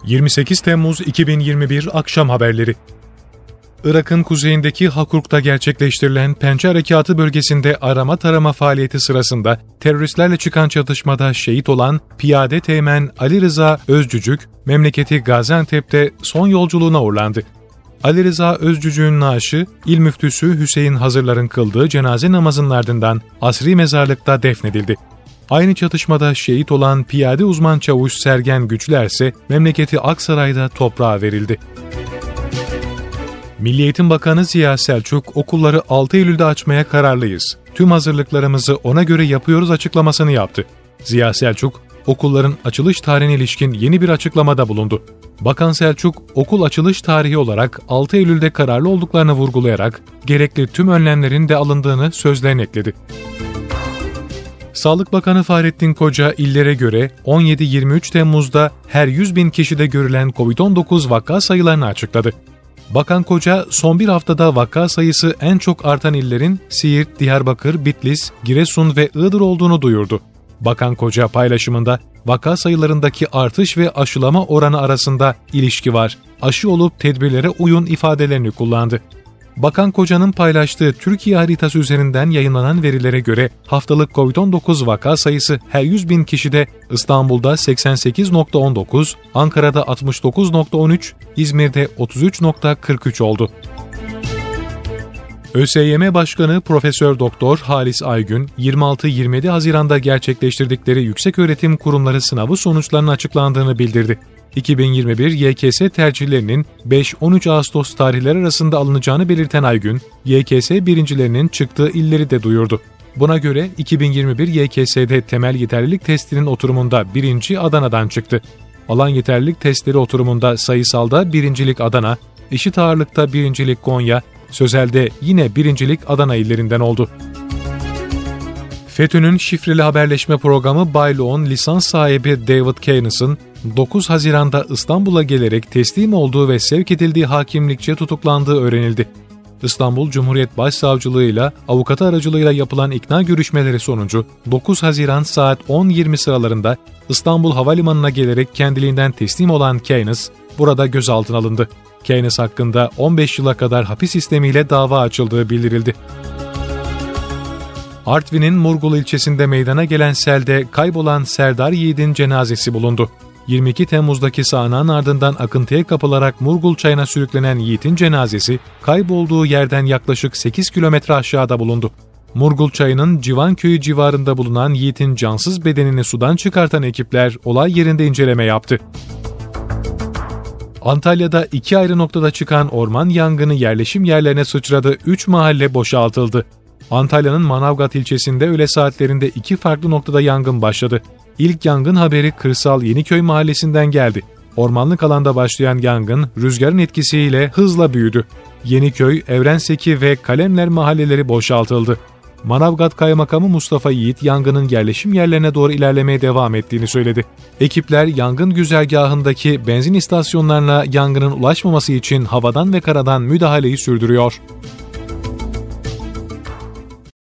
28 Temmuz 2021 Akşam Haberleri. Irak'ın kuzeyindeki Hakurk'ta gerçekleştirilen Pençe Harekatı bölgesinde arama tarama faaliyeti sırasında teröristlerle çıkan çatışmada şehit olan Piyade Teğmen Ali Rıza Özcücük, memleketi Gaziantep'te son yolculuğuna uğurlandı. Ali Rıza Özcücük'ün naaşı, İl Müftüsü Hüseyin Hazırlar'ın kıldığı cenaze namazının ardından asri mezarlıkta defnedildi. Aynı çatışmada şehit olan piyade uzman çavuş Sergen Güçler ise memleketi Aksaray'da toprağa verildi. Milli Eğitim Bakanı Ziya Selçuk, okulları 6 Eylül'de açmaya kararlıyız. Tüm hazırlıklarımızı ona göre yapıyoruz açıklamasını yaptı. Ziya Selçuk, okulların açılış tarihine ilişkin yeni bir açıklamada bulundu. Bakan Selçuk, okul açılış tarihi olarak 6 Eylül'de kararlı olduklarını vurgulayarak, gerekli tüm önlemlerin de alındığını sözlerine ekledi. Sağlık Bakanı Fahrettin Koca, illere göre 17-23 Temmuz'da her 100.000 kişide görülen COVID-19 vaka sayılarını açıkladı. Bakan Koca, son bir haftada vaka sayısı en çok artan illerin Siirt, Diyarbakır, Bitlis, Giresun ve Iğdır olduğunu duyurdu. Bakan Koca paylaşımında, vaka sayılarındaki artış ve aşılama oranı arasında ilişki var, aşı olup tedbirlere uyun ifadelerini kullandı. Bakan Koca'nın paylaştığı Türkiye haritası üzerinden yayınlanan verilere göre haftalık COVID-19 vaka sayısı her 100.000 kişide İstanbul'da 88.19, Ankara'da 69.13, İzmir'de 33.43 oldu. ÖSYM Başkanı Profesör Doktor Halis Aygün, 26-27 Haziran'da gerçekleştirdikleri yükseköğretim kurumları sınavı sonuçlarının açıklandığını bildirdi. 2021 YKS tercihlerinin 5-13 Ağustos tarihleri arasında alınacağını belirten Aygün, YKS birincilerinin çıktığı illeri de duyurdu. Buna göre 2021 YKS'de temel yeterlilik testinin oturumunda birinci Adana'dan çıktı. Alan yeterlilik testleri oturumunda sayısalda birincilik Adana, eşit ağırlıkta birincilik Konya, sözelde yine birincilik Adana illerinden oldu. FETÖ'nün şifreli haberleşme programı Baylon lisans sahibi David Cairnes'ın 9 Haziran'da İstanbul'a gelerek teslim olduğu ve sevk edildiği hakimlikçe tutuklandığı öğrenildi. İstanbul Cumhuriyet Başsavcılığı ile avukatı aracılığıyla yapılan ikna görüşmeleri sonucu 9 Haziran saat 10.20 sıralarında İstanbul Havalimanı'na gelerek kendiliğinden teslim olan Cairnes burada gözaltına alındı. Cairnes hakkında 15 yıla kadar hapis sistemiyle dava açıldığı bildirildi. Artvin'in Murgul ilçesinde meydana gelen selde kaybolan Serdar Yiğit'in cenazesi bulundu. 22 Temmuz'daki sağanağın ardından akıntıya kapılarak Murgul çayına sürüklenen Yiğit'in cenazesi kaybolduğu yerden yaklaşık 8 kilometre aşağıda bulundu. Murgul çayının Civanköy'ü civarında bulunan Yiğit'in cansız bedenini sudan çıkartan ekipler olay yerinde inceleme yaptı. Antalya'da 2 ayrı noktada çıkan orman yangını yerleşim yerlerine sıçradı, 3 mahalle boşaltıldı. Antalya'nın Manavgat ilçesinde öğle saatlerinde 2 farklı noktada yangın başladı. İlk yangın haberi Kırsal Yeniköy mahallesinden geldi. Ormanlık alanda başlayan yangın rüzgarın etkisiyle hızla büyüdü. Yeniköy, Evrenseki ve Kalemler mahalleleri boşaltıldı. Manavgat Kaymakamı Mustafa Yiğit yangının yerleşim yerlerine doğru ilerlemeye devam ettiğini söyledi. Ekipler yangın güzergahındaki benzin istasyonlarına yangının ulaşmaması için havadan ve karadan müdahaleyi sürdürüyor.